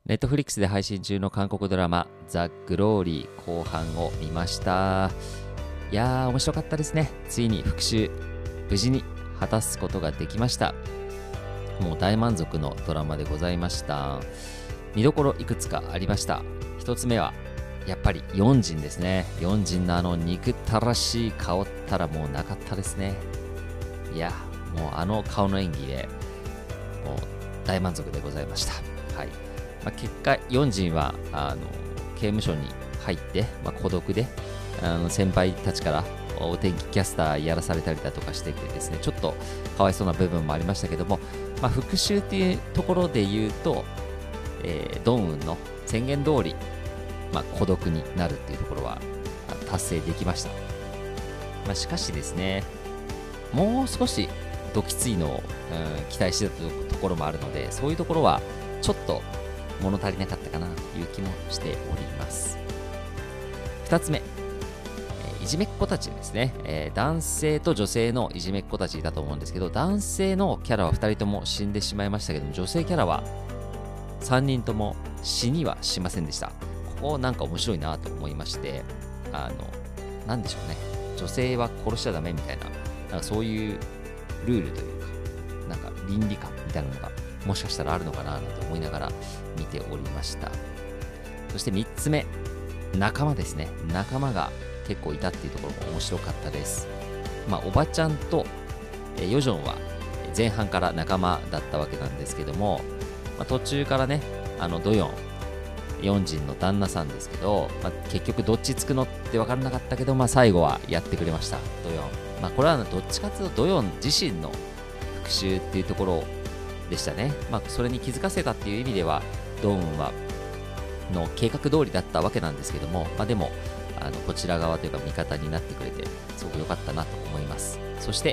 ネットフリックスで配信中の韓国ドラマ、ザ・グローリー後半を見ました。いやー、面白かったですね。ついに復讐、無事に果たすことができました。もう大満足のドラマでございました。見どころいくつかありました。一つ目は、やっぱりヨンジンですね。ヨンジンのあの憎たらしい顔ったらもうなかったですね。いや、もうあの顔の演技で、もう大満足でございました。はい。結果、ヨンジンは刑務所に入って、孤独で先輩たちからお天気キャスターやらされたりだとかしててですね、ちょっとかわいそうな部分もありましたけども、復讐っていうところで言うと、ドンウンの宣言通り、孤独になるっていうところは達成できました。しかしですね、もう少しどきついのを、期待してたところもあるので、そういうところはちょっと物足りなかったかなという気もしております。2つ目、いじめっ子たちですね、男性と女性のいじめっ子たちだと思うんですけど、男性のキャラは2人とも死んでしまいましたけども、女性キャラは3人とも死にはしませんでした。ここなんか面白いなと思いまして、なんでしょうね、女性は殺しちゃダメみたいな、なんかそういうルールというか、なんか倫理観みたいなのがもしかしたらあるのかなと思いながら見ておりました。そして3つ目、仲間ですね。仲間が結構いたっていうところも面白かったです。おばちゃんとヨジョンは前半から仲間だったわけなんですけども、途中からね、ドヨン、ヨンジンの旦那さんですけど、結局どっちつくのって分からなかったけど、最後はやってくれました、ドヨン。これはどっちかというとドヨン自身の復讐っていうところでしたね。それに気づかせたっていう意味では、ドンウンはの計画通りだったわけなんですけども、でもこちら側というか味方になってくれてすごく良かったなと思います。そして、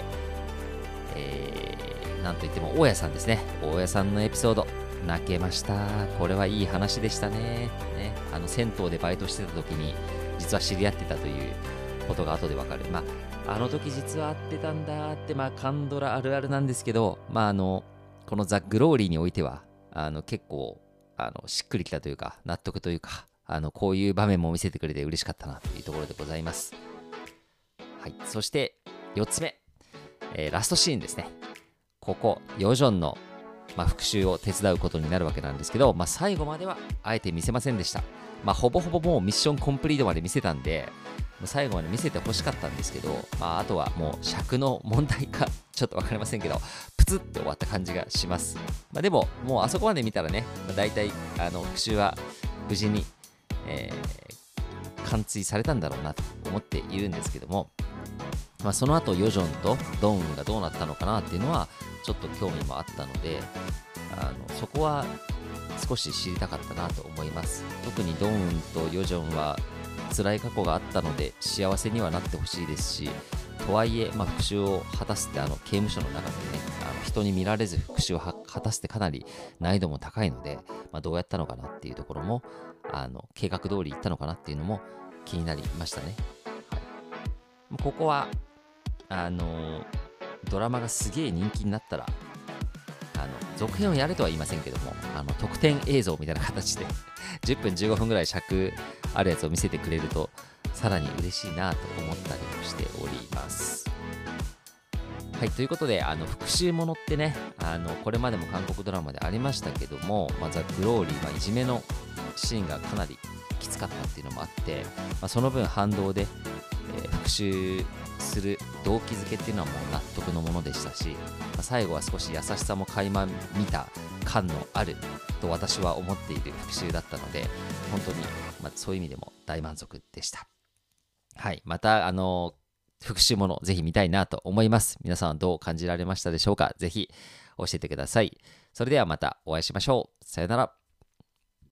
なんといっても大家さんですね。大家さんのエピソード泣けました。これはいい話でしたね。銭湯でバイトしてた時に実は知り合ってたということが後でわかる。あの時実は会ってたんだって、カンドラあるあるなんですけど、このザ・グローリーにおいては結構しっくりきたというか納得というか、こういう場面も見せてくれて嬉しかったなというところでございます。はい。そして4つ目、ラストシーンですね。ここヨジョンの復讐を手伝うことになるわけなんですけど、最後まではあえて見せませんでした。ほぼほぼもうミッションコンプリートまで見せたんで、最後まで見せてほしかったんですけど、あとはもう尺の問題かちょっと分かりませんけど、プツって終わった感じがします。でももうあそこまで見たらね、大体復讐は無事に、完遂されたんだろうなと思っているんですけども、その後ヨジョンとドンウンがどうなったのかなっていうのはちょっと興味もあったので、そこは少し知りたかったなと思います。特にドンウンとヨジョンは辛い過去があったので幸せにはなってほしいですし、とはいえ、復讐を果たすって刑務所の中でね、人に見られず復讐を果たすってかなり難易度も高いので、どうやったのかなっていうところも計画通りいったのかなっていうのも気になりましたね。はい、ここはドラマがすげえ人気になったら続編をやれとは言いませんけども、特典映像みたいな形で10分15分ぐらい尺あるやつを見せてくれるとさらに嬉しいなと思ったりもしております。はい、ということで復讐ものってね、これまでも韓国ドラマでありましたけども、ザ・グローリー、いじめのシーンがかなりきつかったっていうのもあって、その分反動で、復讐する動機づけっていうのはもう納得のものでしたし、最後は少し優しさも垣間見た感のあると私は思っている復讐だったので、本当に、そういう意味でも大満足でした。はい、また復讐ものぜひ見たいなと思います。皆さんはどう感じられましたでしょうか。ぜひ教えてください。それではまたお会いしましょう。さよなら。